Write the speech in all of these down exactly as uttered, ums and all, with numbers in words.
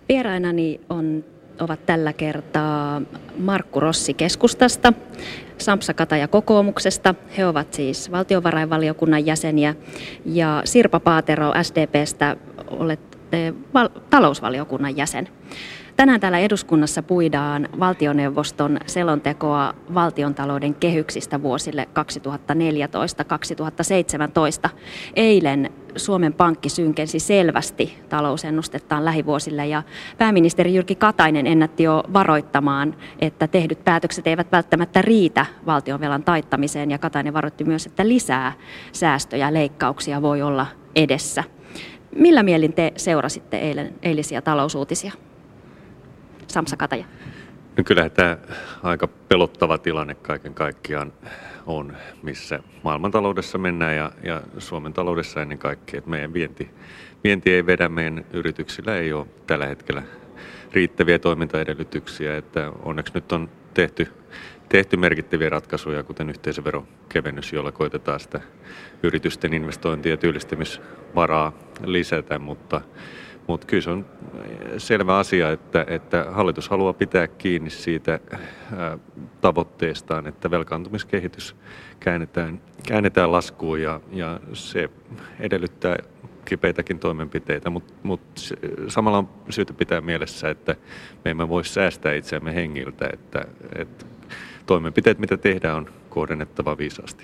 Vierainani on, ovat tällä kertaa Markku Rossi keskustasta, Sampsa Kataja kokoomuksesta, he ovat siis valtiovarainvaliokunnan jäseniä, ja Sirpa Paatero S D P:stä olette val- talousvaliokunnan jäsen. Tänään täällä eduskunnassa puidaan valtioneuvoston selontekoa valtiontalouden kehyksistä vuosille kaksituhattaneljätoista kaksituhattaseitsemäntoista. Eilen Suomen Pankki synkensi selvästi talousennustettaan lähivuosille ja pääministeri Jyrki Katainen ennätti jo varoittamaan, että tehdyt päätökset eivät välttämättä riitä valtionvelan taittamiseen, ja Katainen varoitti myös, että lisää säästöjä ja leikkauksia voi olla edessä. Millä mielin te seurasitte eilen, eilisiä talousuutisia? Sampsa Kataja. No kyllähän tämä aika pelottava tilanne kaiken kaikkiaan on, missä maailmantaloudessa mennään ja, ja Suomen taloudessa ennen kaikkea. Että meidän vienti, vienti ei vedä, meidän yrityksillä ei ole tällä hetkellä riittäviä toimintaedellytyksiä. Että onneksi nyt on tehty, tehty merkittäviä ratkaisuja, kuten yhteisöverokevennys, jolla koitetaan sitä yritysten investointia ja työllistämisvaraa lisätä, mutta Mutta kyllä se on selvä asia, että, että hallitus haluaa pitää kiinni siitä ää, tavoitteestaan, että velkaantumiskehitys käännetään, käännetään laskuun ja, ja se edellyttää kipeitäkin toimenpiteitä, mutta mut samalla on syytä pitää mielessä, että me emme voi säästää itseämme hengiltä, että, että toimenpiteet, mitä tehdään, on kohdennettava viisaasti.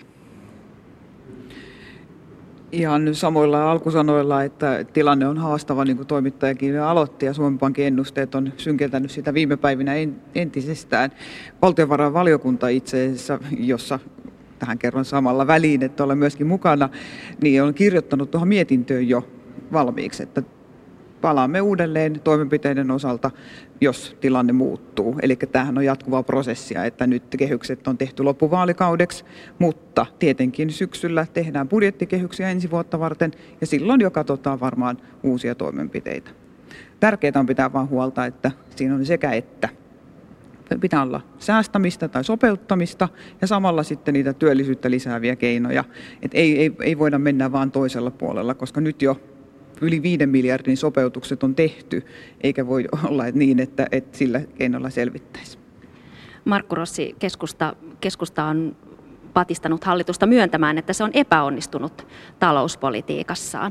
Ihan samoilla alkusanoilla, että tilanne on haastava, niin kuin toimittajakin aloitti, ja Suomen Pankin ennusteet on synkentänyt sitä viime päivinä entisestään. Valtiovarainvaliokunta itse asiassa, jossa tähän kerron samalla väliin, että olen myöskin mukana, niin on kirjoittanut tuohon mietintöön jo valmiiksi, että palaamme uudelleen toimenpiteiden osalta, jos tilanne muuttuu. Eli tämähän on jatkuvaa prosessia, että nyt kehykset on tehty loppuvaalikaudeksi, mutta tietenkin syksyllä tehdään budjettikehyksiä ensi vuotta varten, ja silloin jo katsotaan varmaan uusia toimenpiteitä. Tärkeää on pitää vain huolta, että siinä on sekä että. Pitää olla säästämistä tai sopeuttamista ja samalla sitten niitä työllisyyttä lisääviä keinoja. Et ei, ei, ei voida mennä vaan toisella puolella, koska nyt jo yli viiden miljardin sopeutukset on tehty, eikä voi olla niin, että, että sillä keinolla selvittäisi. Markku Rossi, keskusta, keskusta on patistanut hallitusta myöntämään, että se on epäonnistunut talouspolitiikassaan.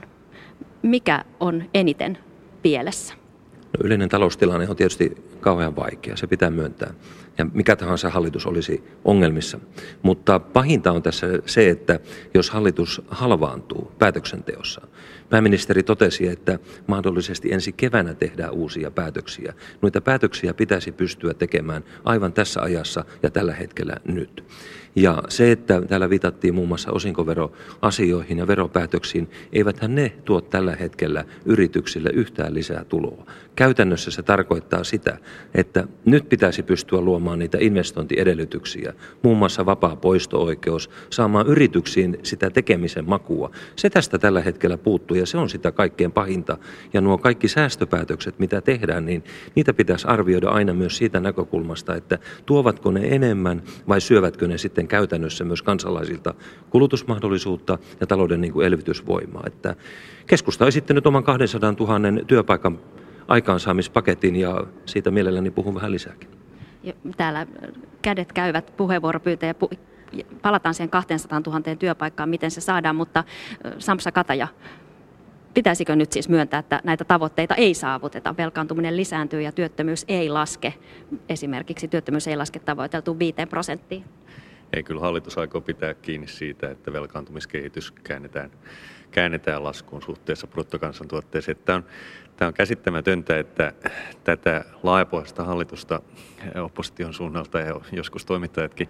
Mikä on eniten pielessä? No, yleinen taloustilanne on tietysti kauhean vaikea, se pitää myöntää. Ja mikä tahansa hallitus olisi ongelmissa. Mutta pahinta on tässä se, että jos hallitus halvaantuu päätöksenteossa. Pääministeri totesi, että mahdollisesti ensi keväänä tehdään uusia päätöksiä. Noita päätöksiä pitäisi pystyä tekemään aivan tässä ajassa ja tällä hetkellä nyt. Ja se, että täällä viitattiin muun muassa osinkoveroasioihin ja veropäätöksiin, eiväthän ne tuo tällä hetkellä yrityksille yhtään lisää tuloa. Käytännössä se tarkoittaa sitä, että nyt pitäisi pystyä luomaan niitä investointiedellytyksiä, muun muassa vapaa poisto-oikeus, saamaan yrityksiin sitä tekemisen makua. Se tästä tällä hetkellä puuttuu ja se on sitä kaikkein pahinta. Ja nuo kaikki säästöpäätökset, mitä tehdään, niin niitä pitäisi arvioida aina myös siitä näkökulmasta, että tuovatko ne enemmän vai syövätkö ne sitten käytännössä myös kansalaisilta kulutusmahdollisuutta ja talouden niin kuin elvytysvoimaa. Että keskusta on esittänyt oman kaksisataatuhatta työpaikan aikaansaamispaketin ja siitä mielelläni puhun vähän lisääkin. Täällä kädet käyvät puheenvuoropyytäjä. Palataan siihen kaksisataatuhatta työpaikkaan, miten se saadaan, mutta Sampsa Kataja, pitäisikö nyt siis myöntää, että näitä tavoitteita ei saavuteta? Velkaantuminen lisääntyy ja työttömyys ei laske. Esimerkiksi työttömyys ei laske tavoiteltuun viiteen prosenttiin. Ei, kyllä hallitus aikoo pitää kiinni siitä, että velkaantumiskehitys käännetään, käännetään laskuun suhteessa bruttokansantuotteeseen. Tämä on, tämä on käsittämätöntä, että tätä laajapohjaista hallitusta opposition suunnalta ja joskus toimittajatkin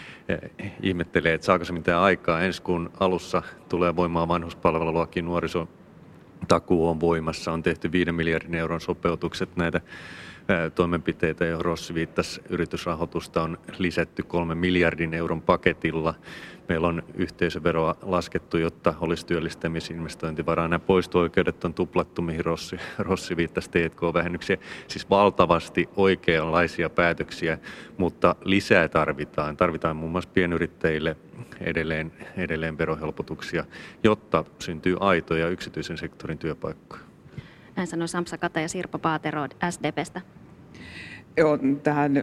ihmettelee, että saako se mitään aikaa. Ensi kuun alussa tulee voimaan vanhuspalvelulaki, nuorisotakuu on voimassa, on tehty viiden miljardin euron sopeutukset näitä toimenpiteitä, joihin Rossi viittasi, yritysrahoitusta on lisätty kolmen miljardin euron paketilla. Meillä on yhteisöveroa laskettu, jotta olisi työllistämisinvestointivaraa. Nämä poisto-oikeudet on tuplattu, mihin Rossi, Rossi viittasi, T K-vähennyksiä. Siis valtavasti oikeanlaisia päätöksiä, mutta lisää tarvitaan. Tarvitaan muun muassa pienyrittäjille edelleen, edelleen verohelpotuksia, jotta syntyy aitoja yksityisen sektorin työpaikkoja. Näin sanoi Sampsa Kataja ja Sirpa Paatero S D P:stä. Joo, tähän,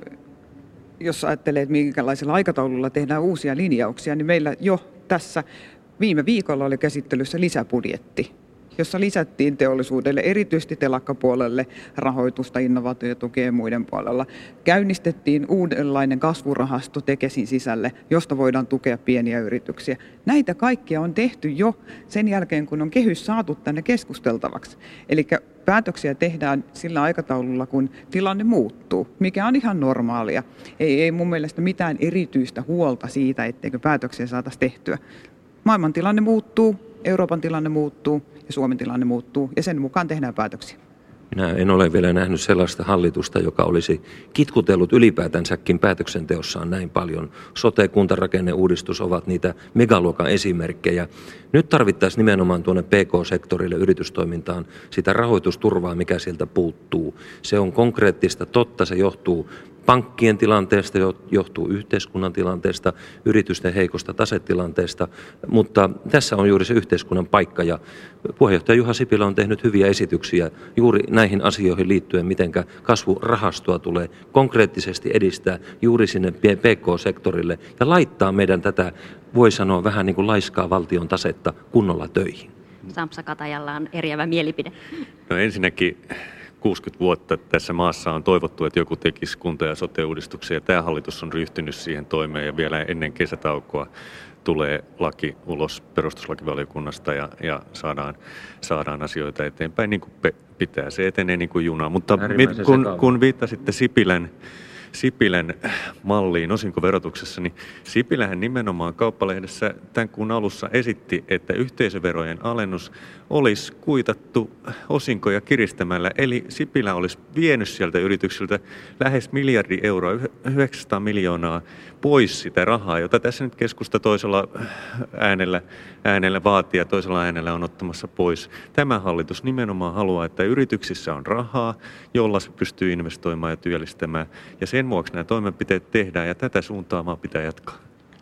jos ajattelee, että minkälaisella aikataululla tehdään uusia linjauksia, niin meillä jo tässä viime viikolla oli käsittelyssä lisäbudjetti, jossa lisättiin teollisuudelle, erityisesti telakkapuolelle, rahoitusta, innovaatiotukea ja muiden puolella. Käynnistettiin uudenlainen kasvurahasto Tekesin sisälle, josta voidaan tukea pieniä yrityksiä. Näitä kaikkia on tehty jo sen jälkeen, kun on kehys saatu tänne keskusteltavaksi. Eli päätöksiä tehdään sillä aikataululla, kun tilanne muuttuu, mikä on ihan normaalia. Ei, ei mun mielestä mitään erityistä huolta siitä, etteikö päätöksiä saataisiin tehtyä. Maailman tilanne muuttuu, Euroopan tilanne muuttuu ja Suomen tilanne muuttuu ja sen mukaan tehdään päätöksiä. Minä en ole vielä nähnyt sellaista hallitusta, joka olisi kitkutellut ylipäätänsäkin päätöksenteossaan näin paljon. Sote, kuntarakenneuudistus ovat niitä megaluokan esimerkkejä. Nyt tarvittaisiin nimenomaan tuonne P K-sektorille yritystoimintaan sitä rahoitusturvaa, mikä sieltä puuttuu. Se on konkreettista, totta, se johtuu pankkien tilanteesta, johtuu yhteiskunnan tilanteesta, yritysten heikosta tasetilanteesta, mutta tässä on juuri se yhteiskunnan paikka ja puheenjohtaja Juha Sipilä on tehnyt hyviä esityksiä juuri näihin asioihin liittyen, mitenkä kasvurahastoa tulee konkreettisesti edistää juuri sinne P K-sektorille ja laittaa meidän tätä, voi sanoa, vähän niin kuin laiskaa valtion tasetta kunnolla töihin. Sampsa Katajalla on eriävä mielipide. No ensinnäkin kuusikymmentä vuotta tässä maassa on toivottu, että joku tekisi kunta- ja sote-uudistuksia. Tämä hallitus on ryhtynyt siihen toimeen ja vielä ennen kesätaukoa tulee laki ulos perustuslakivaliokunnasta ja, ja saadaan, saadaan asioita eteenpäin niin kuin pitää. Se etenee niin kuin juna. Mutta mit, kun, kun viittasitte Sipilän, Sipilän malliin osinkoverotuksessa, niin Sipilähän nimenomaan Kauppalehdessä tämän kuun alussa esitti, että yhteisöverojen alennus olisi kuitattu osinkoja kiristämällä. Eli Sipilä olisi vienyt sieltä yrityksiltä lähes miljardi euroa, yhdeksänsataa miljoonaa pois sitä rahaa, jota tässä nyt keskusta toisella äänellä, äänellä vaatii ja toisella äänellä on ottamassa pois. Tämä hallitus nimenomaan haluaa, että yrityksissä on rahaa, jolla se pystyy investoimaan ja työllistämään. Ja sen vuoksi nämä toimenpiteet tehdään ja tätä suuntaamaan pitää jatkaa.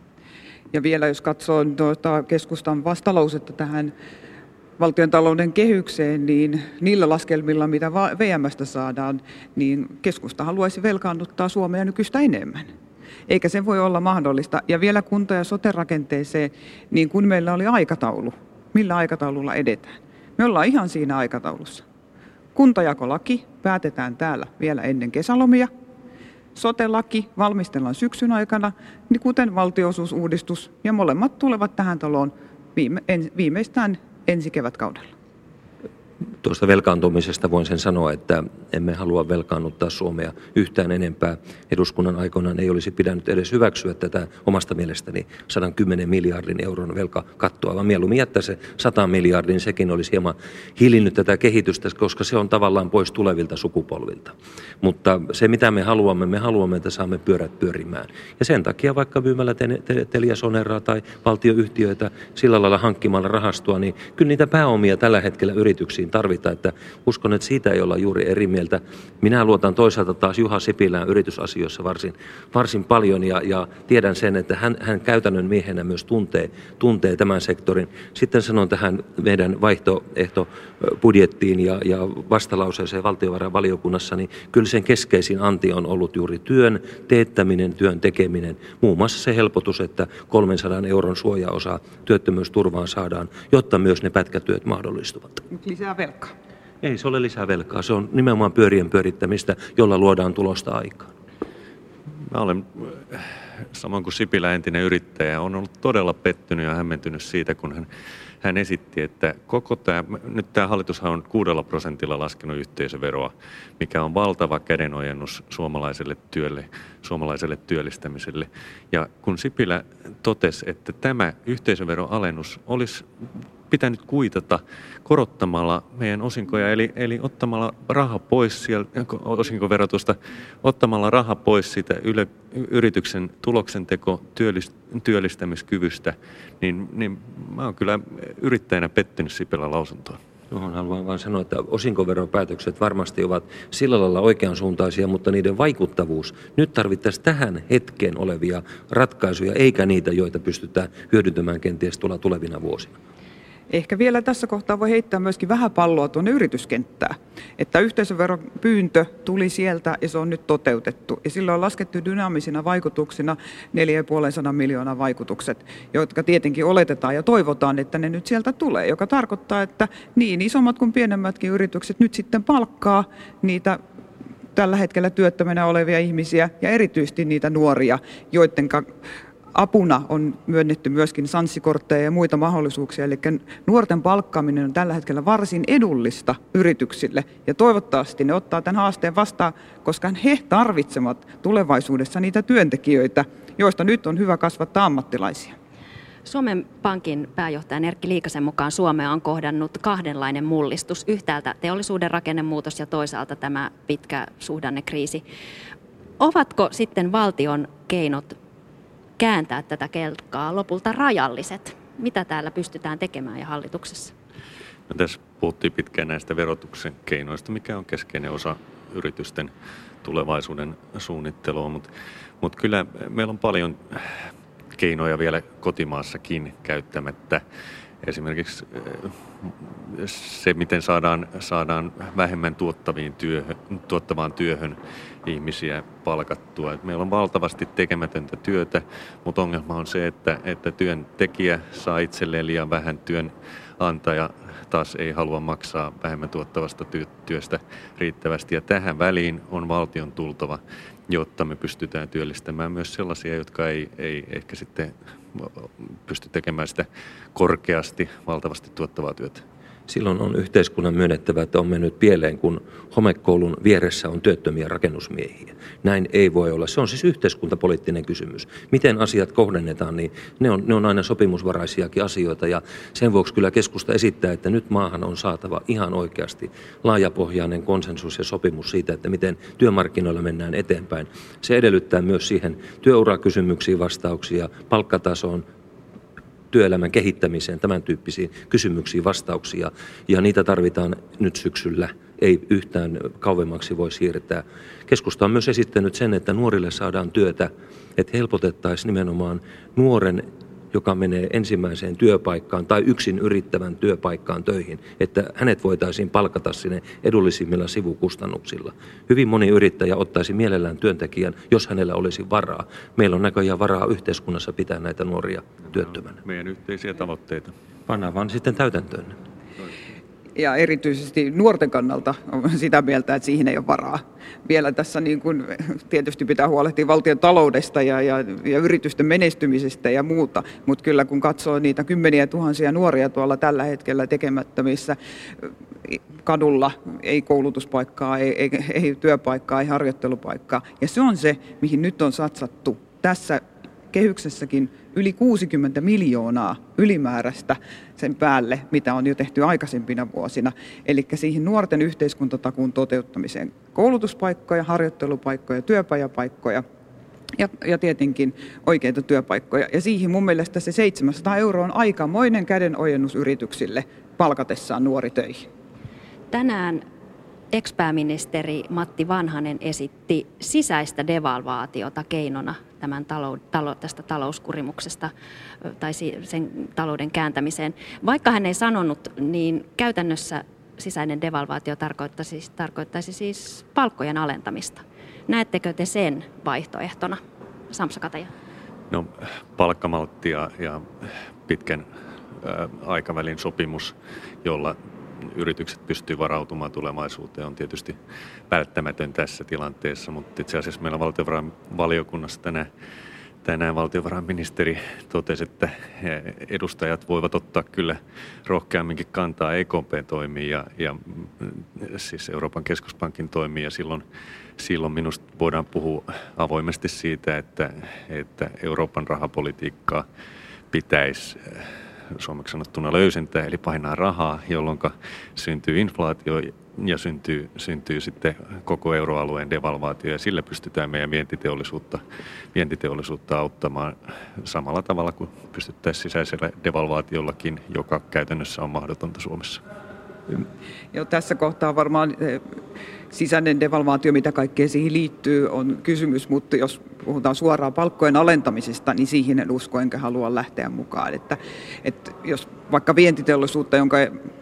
Ja vielä jos katsoo tuota keskustan vastalausetta tähän valtiontalouden kehykseen, niin niillä laskelmilla, mitä V M:stä saadaan, niin keskusta haluaisi velkaannuttaa Suomea nykyistä enemmän. Eikä se voi olla mahdollista. Ja vielä kunta- ja sote-rakenteeseen, niin kun meillä oli aikataulu, millä aikataululla edetään. Me ollaan ihan siinä aikataulussa. Kuntajakolaki päätetään täällä vielä ennen kesälomia. Sote-laki valmistellaan syksyn aikana, niin kuten valtionosuusuudistus, ja molemmat tulevat tähän taloon viime, en, viimeistään ensi kevätkaudella. Tuosta velkaantumisesta voin sen sanoa, että emme halua velkaannuttaa Suomea yhtään enempää. Eduskunnan aikoinaan ei olisi pitänyt edes hyväksyä tätä omasta mielestäni sata kymmenen miljardin euron velkakattoa, vaan mieluummin jättää se sata miljardin, sekin olisi hieman hilinnyt tätä kehitystä, koska se on tavallaan pois tulevilta sukupolvilta. Mutta se mitä me haluamme, me haluamme, että saamme pyörät pyörimään. Ja sen takia vaikka myymällä Teliasoneraa tai valtioyhtiöitä sillä lailla hankkimalla rahastoa, niin kyllä niitä pääomia tällä hetkellä yrityksiin tarvitaan, että uskon, että siitä ei olla juuri eri mieltä. Minä luotan toisaalta taas Juha Sipilään yritysasioissa varsin, varsin paljon ja, ja tiedän sen, että hän, hän käytännön miehenä myös tuntee, tuntee tämän sektorin. Sitten sanon tähän meidän vaihtoehtobudjettiin ja, ja vastalauseeseen valtiovarainvaliokunnassa, niin kyllä sen keskeisin anti on ollut juuri työn teettäminen, työn tekeminen. Muun muassa se helpotus, että kolmensadan euron suojaosa työttömyysturvaan saadaan, jotta myös ne pätkätyöt mahdollistuvat. Lisää velkaa. Ei se ole lisää velkaa, se on nimenomaan pyörien pyörittämistä, jolla luodaan tulosta aikaan. Mä olen, samoin kuin Sipilä, entinen yrittäjä, on ollut todella pettynyt ja hämmentynyt siitä, kun hän, hän esitti, että koko tämä, nyt tämä hallitushan on kuudella prosentilla laskenut yhteisöveroa, mikä on valtava kädenojennus suomalaiselle työlle, suomalaiselle työllistämiselle. Ja kun Sipilä totesi, että tämä yhteisöveroalennus olisi pitänyt kuitata korottamalla meidän osinkoja, eli, eli ottamalla raha pois sieltä, osinkoverotusta, ottamalla raha pois siitä yle, yrityksen tuloksenteko työllistämiskyvystä, niin, niin mä oon kyllä yrittäjänä pettynyt Sipilän lausuntoon. Tuohon haluan vain sanoa, että osinkoveropäätökset varmasti ovat sillä lailla oikeansuuntaisia, mutta niiden vaikuttavuus, nyt tarvittaisiin tähän hetkeen olevia ratkaisuja, eikä niitä, joita pystytään hyödyntämään kenties tuolla tulevina vuosina. Ehkä vielä tässä kohtaa voi heittää myöskin vähän palloa tuonne yrityskenttään, että yhteisöveron pyyntö tuli sieltä ja se on nyt toteutettu. Ja sillä on laskettu dynaamisina vaikutuksina neljä pilkku viisi miljoonaa vaikutukset, jotka tietenkin oletetaan ja toivotaan, että ne nyt sieltä tulee, joka tarkoittaa, että niin isommat kuin pienemmätkin yritykset nyt sitten palkkaa niitä tällä hetkellä työttömänä olevia ihmisiä ja erityisesti niitä nuoria, joiden apuna on myönnetty myöskin sanssikortteja ja muita mahdollisuuksia, eli nuorten palkkaaminen on tällä hetkellä varsin edullista yrityksille, ja toivottavasti ne ottaa tämän haasteen vastaan, koska he tarvitsevat tulevaisuudessa niitä työntekijöitä, joista nyt on hyvä kasvattaa ammattilaisia. Suomen Pankin pääjohtajan Erkki Liikasen mukaan Suomea on kohdannut kahdenlainen mullistus. Yhtäältä teollisuuden rakennemuutos ja toisaalta tämä pitkä suhdannekriisi. Ovatko sitten valtion keinot kääntää tätä kelkkaa lopulta rajalliset? Mitä täällä pystytään tekemään ja hallituksessa? No, tässä puhuttiin pitkään näistä verotuksen keinoista, mikä on keskeinen osa yritysten tulevaisuuden suunnittelua, mutta, mutta kyllä meillä on paljon keinoja vielä kotimaassakin käyttämättä. Esimerkiksi se, miten saadaan, saadaan vähemmän tuottaviin työhön, tuottavaan työhön ihmisiä palkattua. Meillä on valtavasti tekemätöntä työtä, mutta ongelma on se, että, että työntekijä saa itselleen liian vähän, työnantaja taas ei halua maksaa vähemmän tuottavasta työstä riittävästi. Ja tähän väliin on valtion tultava, jotta me pystytään työllistämään myös sellaisia, jotka ei, ei ehkä sitten pysty tekemään sitä korkeasti, valtavasti tuottavaa työtä. Silloin on yhteiskunnan myönnettävä, että on mennyt pieleen, kun homekoulun vieressä on työttömiä rakennusmiehiä. Näin ei voi olla. Se on siis yhteiskuntapoliittinen kysymys. Miten asiat kohdennetaan, niin ne on, ne on aina sopimusvaraisiakin asioita. Ja sen vuoksi kyllä keskusta esittää, että nyt maahan on saatava ihan oikeasti laajapohjainen konsensus ja sopimus siitä, että miten työmarkkinoilla mennään eteenpäin. Se edellyttää myös siihen työurakysymyksiin vastauksia, palkkatasoon, työelämän kehittämiseen, tämän tyyppisiin kysymyksiin vastauksia, ja niitä tarvitaan nyt syksyllä, ei yhtään kauemmaksi voi siirtää. Keskusta on myös esittänyt sen, että nuorille saadaan työtä, että helpotettaisiin nimenomaan nuoren, joka menee ensimmäiseen työpaikkaan tai yksin yrittävän työpaikkaan töihin, että hänet voitaisiin palkata sinne edullisimmilla sivukustannuksilla. Hyvin moni yrittäjä ottaisi mielellään työntekijän, jos hänellä olisi varaa. Meillä on näköjään varaa yhteiskunnassa pitää näitä nuoria työttömänä. Meidän yhteisiä tavoitteita. Pannaan vaan sitten täytäntöön. Ja erityisesti nuorten kannalta on sitä mieltä, että siihen ei ole varaa. Vielä tässä niin kuin tietysti pitää huolehtia valtion taloudesta ja, ja, ja yritysten menestymisestä ja muuta, mutta kyllä kun katsoo niitä kymmeniä tuhansia nuoria tuolla tällä hetkellä tekemättömissä kadulla, ei koulutuspaikkaa, ei, ei, ei työpaikkaa, ei harjoittelupaikkaa. Ja se on se, mihin nyt on satsattu tässä kehyksessäkin yli kuusikymmentä miljoonaa ylimääräistä sen päälle, mitä on jo tehty aikaisempina vuosina. Eli siihen nuorten yhteiskuntatakuun toteuttamiseen koulutuspaikkoja, harjoittelupaikkoja, työpajapaikkoja ja, ja tietenkin oikeita työpaikkoja. Ja siihen mun mielestä se seitsemänsataa euroa on aikamoinen kädenojennus yrityksille palkatessaan nuori töihin. Tänään ex-pääministeri Matti Vanhanen esitti sisäistä devalvaatiota keinona tämän talou- talo- tästä talouskurimuksesta tai sen talouden kääntämiseen. Vaikka hän ei sanonut, niin käytännössä sisäinen devalvaatio tarkoittaisi, tarkoittaisi siis palkkojen alentamista. Näettekö te sen vaihtoehtona, Sampsa Kataja? No, palkkamaltti ja, ja pitkän ä, aikavälin sopimus, jolla yritykset pystyy varautumaan tulevaisuuteen, on tietysti välttämätön tässä tilanteessa, mutta itse asiassa meillä valtiovarainvaliokunnassa tänään, tänään valtiovarainministeri totesi, että edustajat voivat ottaa kyllä rohkeamminkin kantaa E K P-toimiin ja, ja siis Euroopan keskuspankin toimiin, ja silloin, silloin minusta voidaan puhua avoimesti siitä, että, että Euroopan rahapolitiikkaa pitäisi suomeksi sanottuna löysentää, eli painaa rahaa, jolloin syntyy inflaatio ja syntyy, syntyy sitten koko euroalueen devalvaatio, ja sillä pystytään meidän vientiteollisuutta, vientiteollisuutta auttamaan samalla tavalla kuin pystyttäisiin sisäisellä devalvaatiollakin, joka käytännössä on mahdotonta Suomessa. Jo tässä kohtaa varmaan sisäinen devalvaatio, mitä kaikkea siihen liittyy, on kysymys, mutta jos puhutaan suoraan palkkojen alentamisesta, niin siihen en usko enkä halua lähteä mukaan. Että, että jos vaikka vientiteollisuutta, jonka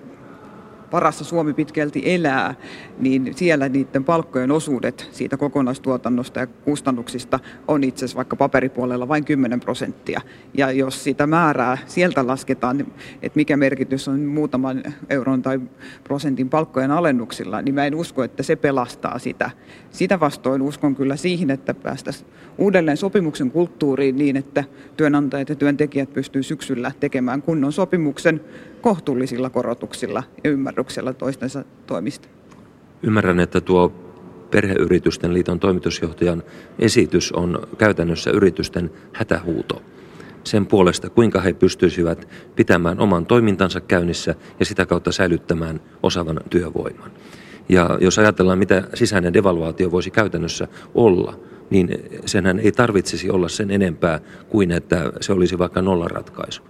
varassa Suomi pitkälti elää, niin siellä niiden palkkojen osuudet siitä kokonaistuotannosta ja kustannuksista on itse asiassa vaikka paperipuolella vain kymmenen prosenttia. Ja jos sitä määrää sieltä lasketaan, niin että mikä merkitys on muutaman euron tai prosentin palkkojen alennuksilla, niin mä en usko, että se pelastaa sitä. Sitä vastoin uskon kyllä siihen, että päästäisiin uudelleen sopimuksen kulttuuriin niin, että työnantajat ja työntekijät pystyvät syksyllä tekemään kunnon sopimuksen kohtuullisilla korotuksilla ja ymmärryksellä toistensa toimista. Ymmärrän, että tuo Perheyritysten liiton toimitusjohtajan esitys on käytännössä yritysten hätähuuto sen puolesta, kuinka he pystyisivät pitämään oman toimintansa käynnissä ja sitä kautta säilyttämään osaavan työvoiman. Ja jos ajatellaan, mitä sisäinen devalvaatio voisi käytännössä olla, niin senhän ei tarvitsisi olla sen enempää kuin että se olisi vaikka nollaratkaisu.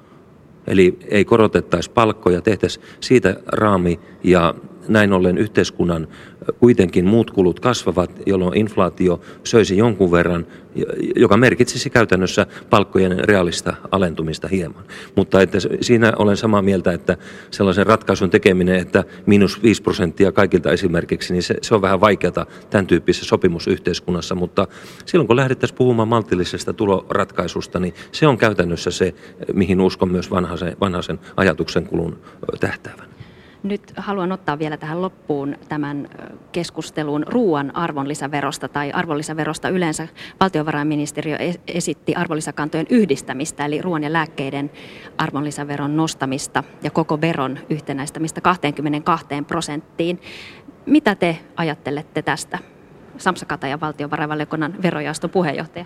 Eli ei korotettaisi palkkoja, tehtäisiin siitä raami ja näin ollen yhteiskunnan kuitenkin muut kulut kasvavat, jolloin inflaatio söisi jonkun verran, joka merkitsisi käytännössä palkkojen reaalista alentumista hieman. Mutta että siinä olen samaa mieltä, että sellaisen ratkaisun tekeminen, että miinus viisi prosenttia kaikilta esimerkiksi, niin se, se on vähän vaikeata tämän tyyppisessä sopimusyhteiskunnassa, mutta silloin kun lähdettäisiin puhumaan maltillisesta tuloratkaisusta, niin se on käytännössä se, mihin uskon myös vanhaisen, vanhaisen ajatuksen kulun tähtäävän. Nyt haluan ottaa vielä tähän loppuun tämän keskustelun ruoan arvonlisäverosta tai arvonlisäverosta yleensä. Valtiovarainministeriö esitti arvonlisäkantojen yhdistämistä, eli ruoan ja lääkkeiden arvonlisäveron nostamista ja koko veron yhtenäistämistä kaksikymmentäkaksi prosenttiin. Mitä te ajattelette tästä? Sampsa Kataja, valtiovarainvaliokunnan verojaoston puheenjohtaja.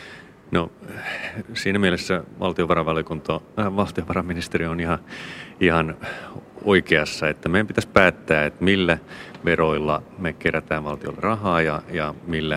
No, siinä mielessä valtiovarainvaliokunta, äh, valtiovarainministeriö on ihan, ihan oikeassa, että meidän pitäisi päättää, että millä veroilla me kerätään valtiolle rahaa ja, ja millä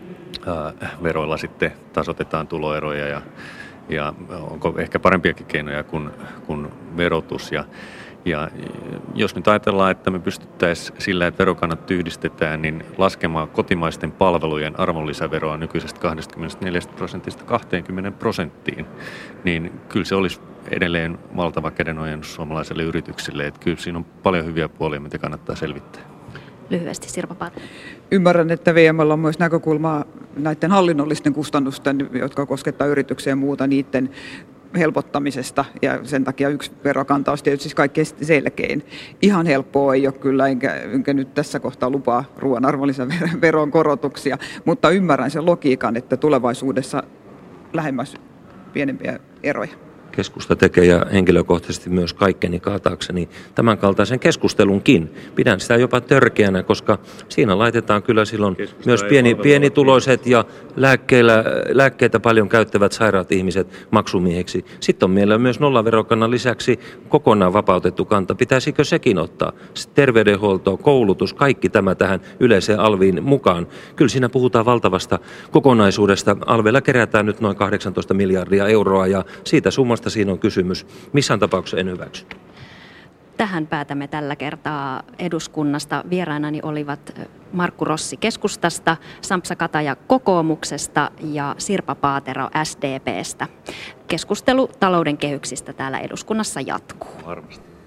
äh, veroilla sitten tasoitetaan tuloeroja ja, ja onko ehkä parempiakin keinoja kuin, kuin verotus. Ja, ja jos nyt ajatellaan, että me pystyttäisiin sillä, että verokannat yhdistetään, niin laskemaan kotimaisten palvelujen arvonlisäveroa nykyisestä kaksikymmentäneljä prosentista kaksikymmentä prosenttiin, niin kyllä se olisi edelleen valtava kädenojennus suomalaiselle yrityksille. Että kyllä siinä on paljon hyviä puolia, mitä kannattaa selvittää. Lyhyesti, Sirpa Paatero. Ymmärrän, että V M:llä on myös näkökulmaa näiden hallinnollisten kustannusten, jotka koskettavat yrityksiä ja muuta, niiden helpottamisesta, ja sen takia yksi verokanta olisi tietysti kaikkein selkein. Ihan helppoa ei ole kyllä, enkä, enkä nyt tässä kohtaa lupaa ruoan arvonlisäveron korotuksia, mutta ymmärrän sen logiikan, että tulevaisuudessa lähemmäs pienempiä eroja. Keskusta tekee ja henkilökohtaisesti myös kaikkeni kaataakseni tämän kaltaisen keskustelunkin. Pidän sitä jopa törkeänä, koska siinä laitetaan kyllä silloin Keskusta myös pieni, pienituloiset ja lääkkeillä, lääkkeitä paljon käyttävät sairaat ihmiset maksumieheksi. Sitten on meillä myös nollaverokannan lisäksi kokonaan vapautettu kanta. Pitäisikö sekin ottaa? Terveydenhuolto, koulutus, kaikki tämä tähän yleiseen alviin mukaan. Kyllä siinä puhutaan valtavasta kokonaisuudesta. Alveilla kerätään nyt noin kahdeksantoista miljardia euroa ja siitä summasta siinä on kysymys. Missään tapauksessa en hyväksy. Tähän päätämme tällä kertaa eduskunnasta. Vierainani olivat Markku Rossi keskustasta, Sampsa Kataja kokoomuksesta ja Sirpa Paatero S D P:stä. Keskustelu talouden kehyksistä täällä eduskunnassa jatkuu. Varmasti.